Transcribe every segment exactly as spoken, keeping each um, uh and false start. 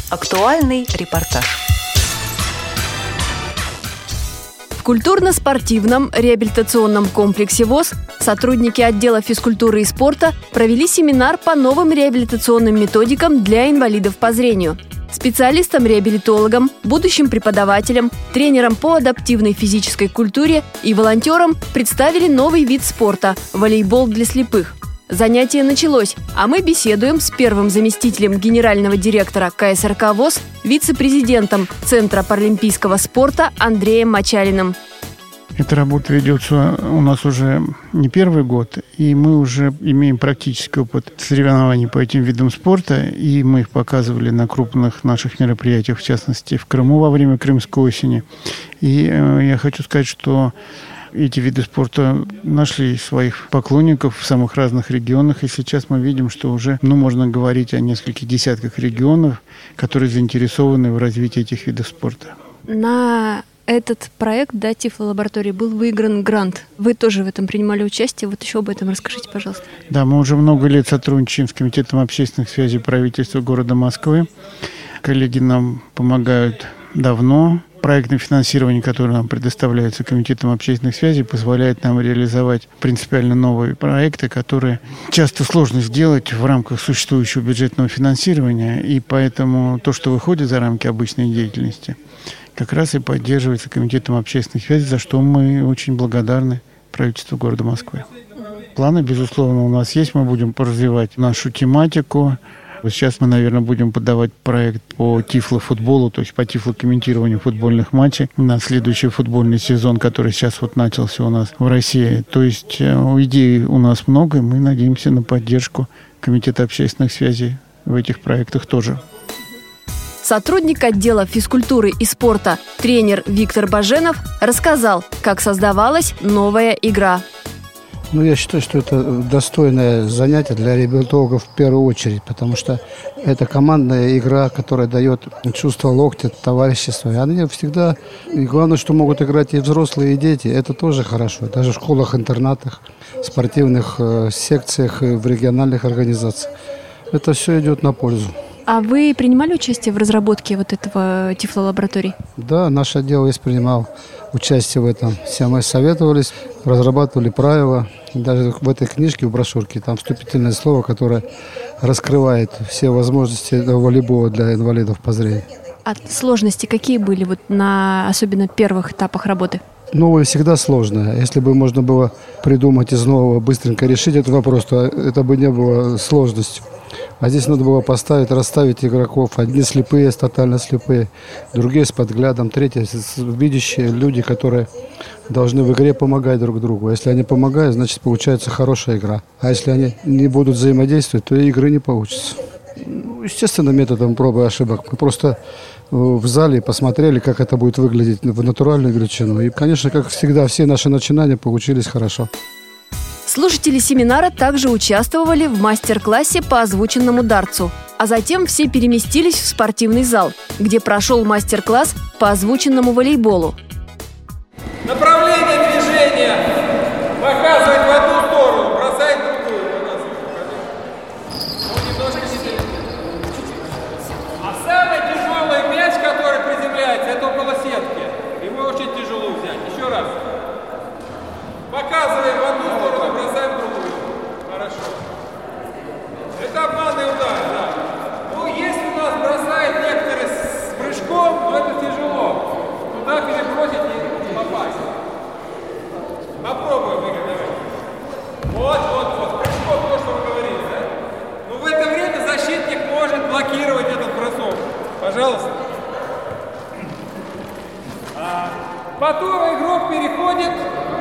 Актуальный репортаж. В культурно-спортивном реабилитационном комплексе ВОС сотрудники отдела физкультуры и спорта провели семинар по новым реабилитационным методикам для инвалидов по зрению. Специалистам-реабилитологам, будущим преподавателям, тренерам по адаптивной физической культуре и волонтерам представили новый вид спорта – волейбол для слепых. Занятие началось, а мы беседуем с первым заместителем генерального директора ка эс эр ка ВОС, вице-президентом Центра паралимпийского спорта Андреем Мочалиным. Эта работа ведется у нас уже не первый год, и мы уже имеем практический опыт соревнований по этим видам спорта, и мы их показывали на крупных наших мероприятиях, в частности, в Крыму во время Крымской осени. И э, я хочу сказать, что эти виды спорта нашли своих поклонников в самых разных регионах, и сейчас мы видим, что уже ну, можно говорить о нескольких десятках регионов, которые заинтересованы в развитии этих видов спорта. На этот проект, да, Тифлолаборатории, был выигран грант. Вы тоже в этом принимали участие. Вот еще об этом расскажите, пожалуйста. Да, мы уже много лет сотрудничаем с Комитетом общественных связей правительства города Москвы. Коллеги нам помогают давно. Проектное финансирование, которое нам предоставляется Комитетом общественных связей, позволяет нам реализовать принципиально новые проекты, которые часто сложно сделать в рамках существующего бюджетного финансирования. И поэтому то, что выходит за рамки обычной деятельности, как раз и поддерживается Комитетом общественных связей, за что мы очень благодарны правительству города Москвы. Планы, безусловно, у нас есть. Мы будем развивать нашу тематику. Сейчас мы, наверное, будем подавать проект по тифлофутболу, то есть по тифлокомментированию футбольных матчей на следующий футбольный сезон, который сейчас вот начался у нас в России. То есть идей у нас много, и мы надеемся на поддержку Комитета общественных связей в этих проектах тоже. Сотрудник отдела физкультуры и спорта, тренер Виктор Баженов, рассказал, как создавалась новая игра. Ну, я считаю, что это достойное занятие для реабилитологов в первую очередь, потому что это командная игра, которая дает чувство локтя, товарищества. И они всегда, и главное, что могут играть и взрослые, и дети, это тоже хорошо. Даже в школах-интернатах, спортивных э, секциях, и в региональных организациях. Это все идет на пользу. А вы принимали участие в разработке вот этого тифлолаборатории? Да, наш отдел весь принимал участие в этом. Все мы советовались, разрабатывали правила. Даже в этой книжке, в брошюрке, там вступительное слово, которое раскрывает все возможности волейбола для инвалидов по зрению. А сложности какие были вот на особенно первых этапах работы? Новое всегда сложно. Если бы можно было придумать из нового, быстренько решить этот вопрос, то это бы не было сложностью. А здесь надо было поставить, расставить игроков. Одни слепые, тотально слепые, другие с подглядом, третьи видящие люди, которые должны в игре помогать друг другу. Если они помогают, значит, получается хорошая игра. А если они не будут взаимодействовать, то и игры не получится. Ну, естественно, методом проб и ошибок. Мы просто в зале посмотрели, как это будет выглядеть в натуральную величину. И, конечно, как всегда, все наши начинания получились хорошо. Слушатели семинара также участвовали в мастер-классе по озвученному дартсу, а затем все переместились в спортивный зал, где прошел мастер-класс по озвученному волейболу. Направление движения показывать в одну сторону, бросать в другую. Ну, немножко сильнее. А самый тяжелый мяч, который приземляется, это около сетки. Его очень тяжело взять. Еще раз. Показываем в одну сторону, бросаем в другую. Хорошо. Это обманный удар, да. Ну, если у нас бросает некоторые с прыжком, то это тяжело. Туда перебросить и попасть. Попробуем, Игорь, давай. Вот, вот, вот. Прыжком, то, что вы говорили, да? Ну, в это время защитник может блокировать этот бросок. Пожалуйста. А потом игрок переходит.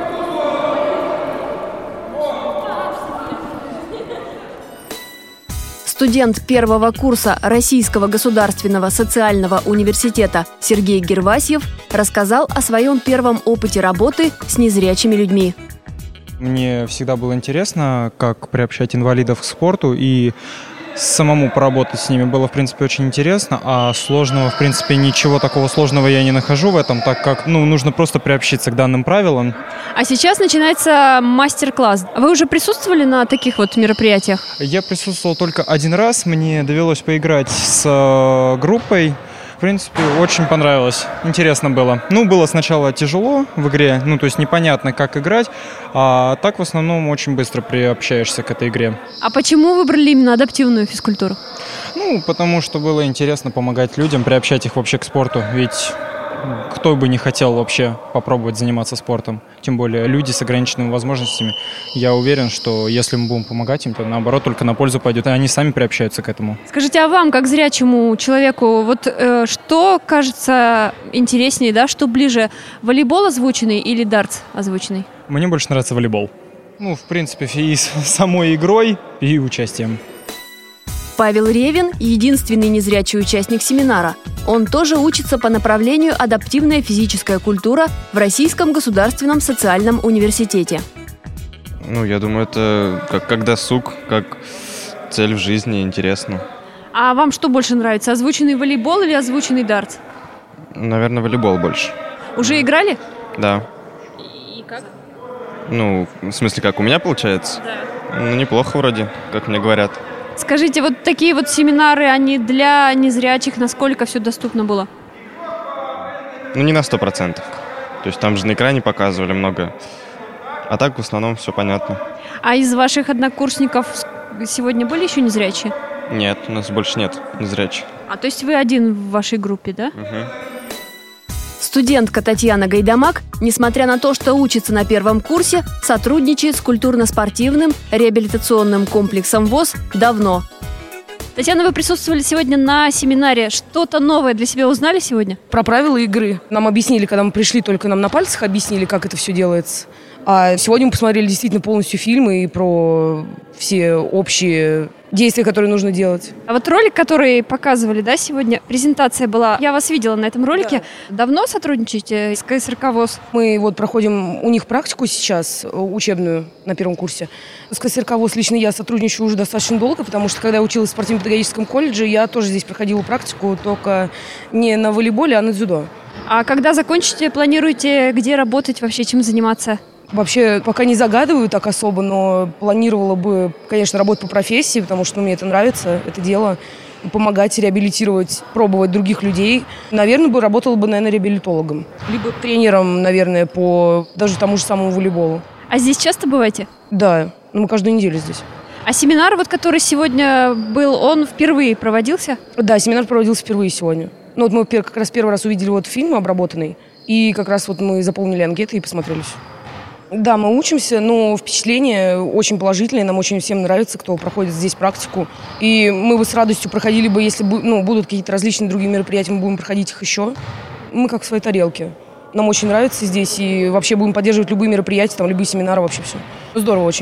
Студент первого курса Российского государственного социального университета Сергей Гервасьев рассказал о своем первом опыте работы с незрячими людьми. Мне всегда было интересно, как приобщать инвалидов к спорту, и самому поработать с ними было, в принципе, очень интересно, а сложного, в принципе, ничего такого сложного я не нахожу в этом, так как, ну, нужно просто приобщиться к данным правилам. А сейчас начинается мастер-класс. Вы уже присутствовали на таких вот мероприятиях? Я присутствовал только один раз, мне довелось поиграть с группой. В принципе, очень понравилось, интересно было. Ну, было сначала тяжело в игре, ну, то есть непонятно, как играть, а так в основном очень быстро приобщаешься к этой игре. А почему выбрали именно адаптивную физкультуру? Ну, потому что было интересно помогать людям, приобщать их вообще к спорту, ведь кто бы не хотел вообще попробовать заниматься спортом, тем более люди с ограниченными возможностями. Я уверен, что если мы будем помогать им, то наоборот только на пользу пойдет, и они сами приобщаются к этому. Скажите, а вам, как зрячему человеку, вот э, что кажется интереснее, да, что ближе, волейбол озвученный или дартс озвученный? Мне больше нравится волейбол. Ну, в принципе, и с самой игрой, и участием. Павел Ревин – единственный незрячий участник семинара. Он тоже учится по направлению «Адаптивная физическая культура» в Российском государственном социальном университете. Ну, я думаю, это как, как досуг, как цель в жизни, интересно. А вам что больше нравится, озвученный волейбол или озвученный дартс? Наверное, волейбол больше. Уже играли? Да. И как? Ну, в смысле, как у меня получается? Да. Ну, неплохо вроде, как мне говорят. Скажите, вот такие вот семинары, они для незрячих, насколько все доступно было? Ну, не на сто процентов. То есть там же на экране показывали много. А так в основном все понятно. А из ваших однокурсников сегодня были еще незрячие? Нет, у нас больше нет незрячих. А то есть вы один в вашей группе, да? Угу. Студентка Татьяна Гайдамак, несмотря на то, что учится на первом курсе, сотрудничает с культурно-спортивным реабилитационным комплексом ВОС давно. Татьяна, вы присутствовали сегодня на семинаре. Что-то новое для себя узнали сегодня? Про правила игры. Нам объяснили, когда мы пришли, только нам на пальцах объяснили, как это все делается. А сегодня мы посмотрели действительно полностью фильмы и про все общие действия, которые нужно делать. А вот ролик, который показывали, да, сегодня, презентация была. Я вас видела на этом ролике. Да. Давно сотрудничаете с ка эс эр ка ВОС? Мы вот проходим у них практику сейчас, учебную, на первом курсе. С ка эс эр ка ВОС лично я сотрудничаю уже достаточно долго, потому что когда я училась в спортивно-педагогическом колледже, я тоже здесь проходила практику, только не на волейболе, а на дзюдо. А когда закончите, планируете где работать, вообще чем заниматься? Вообще, пока не загадываю так особо, но планировала бы, конечно, работать по профессии, потому что ну, мне это нравится, это дело. Помогать, реабилитировать, пробовать других людей. Наверное, бы работала бы, наверное, реабилитологом. Либо тренером, наверное, по даже тому же самому волейболу. А здесь часто бываете? Да, ну, мы каждую неделю здесь. А семинар, вот, который сегодня был, он впервые проводился? Да, семинар проводился впервые сегодня. Ну, вот мы как раз первый раз увидели вот фильм обработанный, и как раз вот мы заполнили анкеты и посмотрелись. Да, мы учимся, но впечатления очень положительные, нам очень всем нравится, кто проходит здесь практику. И мы бы с радостью проходили бы, если ну, будут какие-то различные другие мероприятия, мы будем проходить их еще. Мы как в своей тарелке. Нам очень нравится здесь, и вообще будем поддерживать любые мероприятия, там, любые семинары, вообще все. Здорово очень.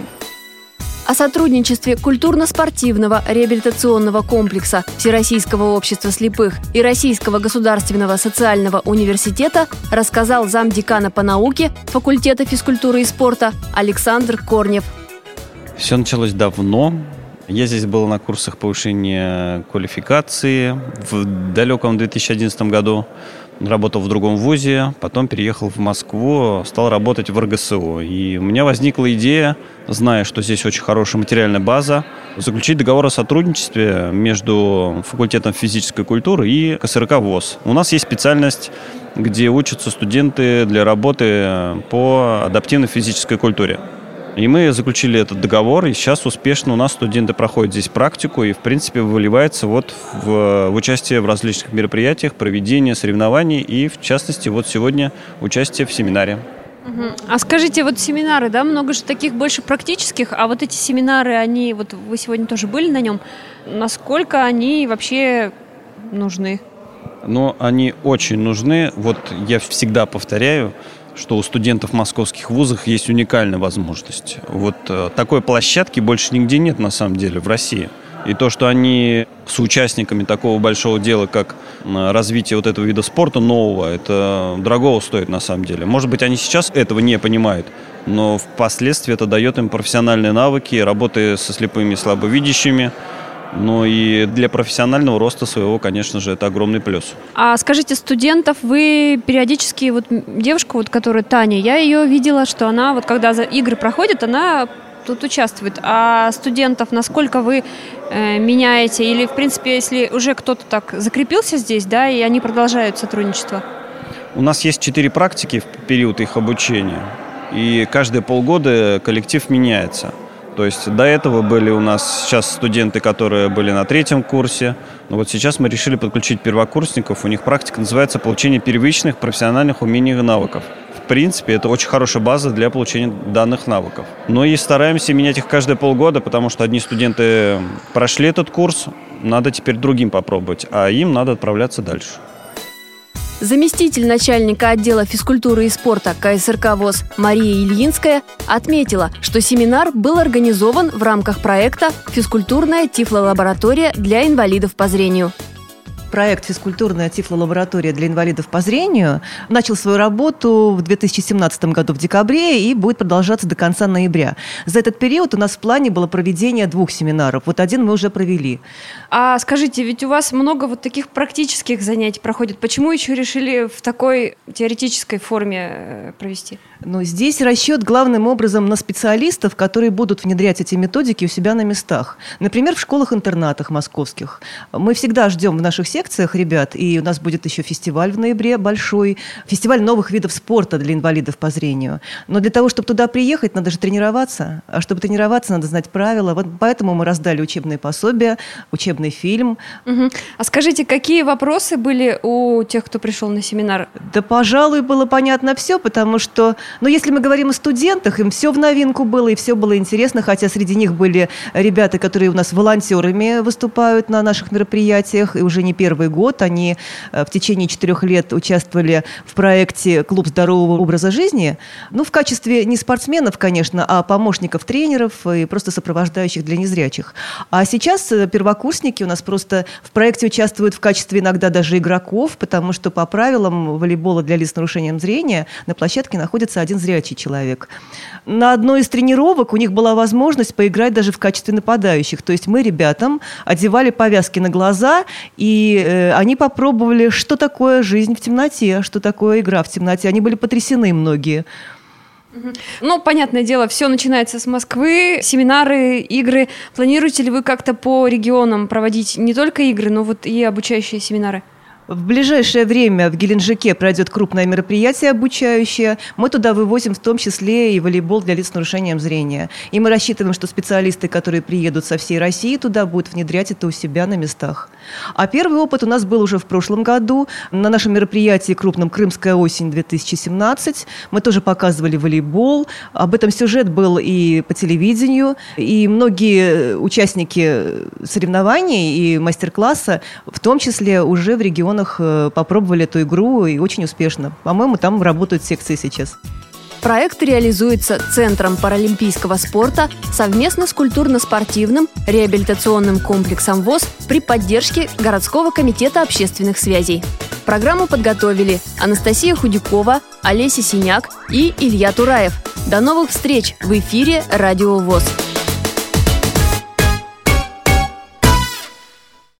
О сотрудничестве культурно-спортивного реабилитационного комплекса Всероссийского общества слепых и Российского государственного социального университета рассказал замдекана по науке факультета физкультуры и спорта Александр Корнев. Все началось давно. Я здесь был на курсах повышения квалификации в далеком две тысячи одиннадцатом году. Работал в другом вузе, потом переехал в Москву, стал работать в эр гэ эс у. И у меня возникла идея, зная, что здесь очень хорошая материальная база, заключить договор о сотрудничестве между факультетом физической культуры и ка эс эр ка ВОС. У нас есть специальность, где учатся студенты для работы по адаптивной физической культуре. И мы заключили этот договор, и сейчас успешно у нас студенты проходят здесь практику и, в принципе, выливается вот в, в участие в различных мероприятиях, проведение соревнований и, в частности, вот сегодня участие в семинаре. Угу. А скажите, вот семинары, да, много же таких больше практических, а вот эти семинары, они, вот вы сегодня тоже были на нем, насколько они вообще нужны? Ну, они очень нужны. Вот я всегда повторяю, что у студентов московских вузов есть уникальная возможность. Вот э, такой площадки больше нигде нет, на самом деле, в России. И то, что они соучастниками такого большого дела, как э, развитие вот этого вида спорта нового, это дорого стоит, на самом деле. Может быть, они сейчас этого не понимают, но впоследствии это дает им профессиональные навыки, работы со слепыми и слабовидящими, Ну и для профессионального роста своего, конечно же, это огромный плюс. А скажите, студентов вы периодически, вот девушка, вот, которая Таня, я ее видела, что она, вот когда за игры проходят, она тут участвует. А студентов насколько вы э, меняете? Или, в принципе, если уже кто-то так закрепился здесь, да, и они продолжают сотрудничество? У нас есть четыре практики в период их обучения. И каждые полгода коллектив меняется. То есть до этого были у нас сейчас студенты, которые были на третьем курсе. Но вот сейчас мы решили подключить первокурсников. У них практика называется «Получение первичных профессиональных умений и навыков». В принципе, это очень хорошая база для получения данных навыков. Но и стараемся менять их каждые полгода, потому что одни студенты прошли этот курс, надо теперь другим попробовать, а им надо отправляться дальше. Заместитель начальника отдела физкультуры и спорта ка эс эр ка ВОС Мария Ильинская отметила, что семинар был организован в рамках проекта «Физкультурная тифлолаборатория для инвалидов по зрению». Проект «Физкультурная тифлолаборатория для инвалидов по зрению» начал свою работу в две тысячи семнадцатом году в декабре и будет продолжаться до конца ноября. За этот период у нас в плане было проведение двух семинаров. Вот один мы уже провели. А скажите, ведь у вас много вот таких практических занятий проходит. Почему еще решили в такой теоретической форме провести? Но здесь расчет главным образом на специалистов, которые будут внедрять эти методики у себя на местах. Например, в школах-интернатах московских. Мы всегда ждем в наших секциях ребят, и у нас будет еще фестиваль в ноябре большой, фестиваль новых видов спорта для инвалидов по зрению. Но для того, чтобы туда приехать, надо же тренироваться. А чтобы тренироваться, надо знать правила. Вот поэтому мы раздали учебные пособия, учебный фильм. Угу. А скажите, какие вопросы были у тех, кто пришел на семинар? Да, пожалуй, было понятно все, потому что, ну, если мы говорим о студентах, им все в новинку было, и все было интересно, хотя среди них были ребята, которые у нас волонтерами выступают на наших мероприятиях, и уже не первый год. Они в течение четырех лет участвовали в проекте «Клуб здорового образа жизни». Ну, в качестве не спортсменов, конечно, а помощников тренеров и просто сопровождающих для незрячих. А сейчас первокурсники у нас просто в проекте участвуют в качестве иногда даже игроков, потому что по правилам волейбола для лиц с нарушением зрения на площадке находится один зрячий человек. На одной из тренировок у них была возможность поиграть даже в качестве нападающих. То есть мы ребятам одевали повязки на глаза, и э, они попробовали, что такое жизнь в темноте, что такое игра в темноте. Они были потрясены многие. Ну, понятное дело, все начинается с Москвы, семинары, игры. Планируете ли вы как-то по регионам проводить не только игры, но вот и обучающие семинары? В ближайшее время в Геленджике пройдет крупное мероприятие обучающее. Мы туда вывозим в том числе и волейбол для лиц с нарушением зрения. И мы рассчитываем, что специалисты, которые приедут со всей России туда, будут внедрять это у себя на местах. А первый опыт у нас был уже в прошлом году. На нашем мероприятии крупном «Крымская осень-две тысячи семнадцать» мы тоже показывали волейбол. Об этом сюжет был и по телевидению. И многие участники соревнований и мастер-класса, в том числе уже в регионах, попробовали эту игру и очень успешно. По-моему, там работают секции сейчас. Проект реализуется Центром паралимпийского спорта совместно с культурно-спортивным реабилитационным комплексом ВОС при поддержке городского комитета общественных связей. Программу подготовили Анастасия Худякова, Олеся Синяк и Илья Тураев. До новых встреч в эфире Радио ВОС.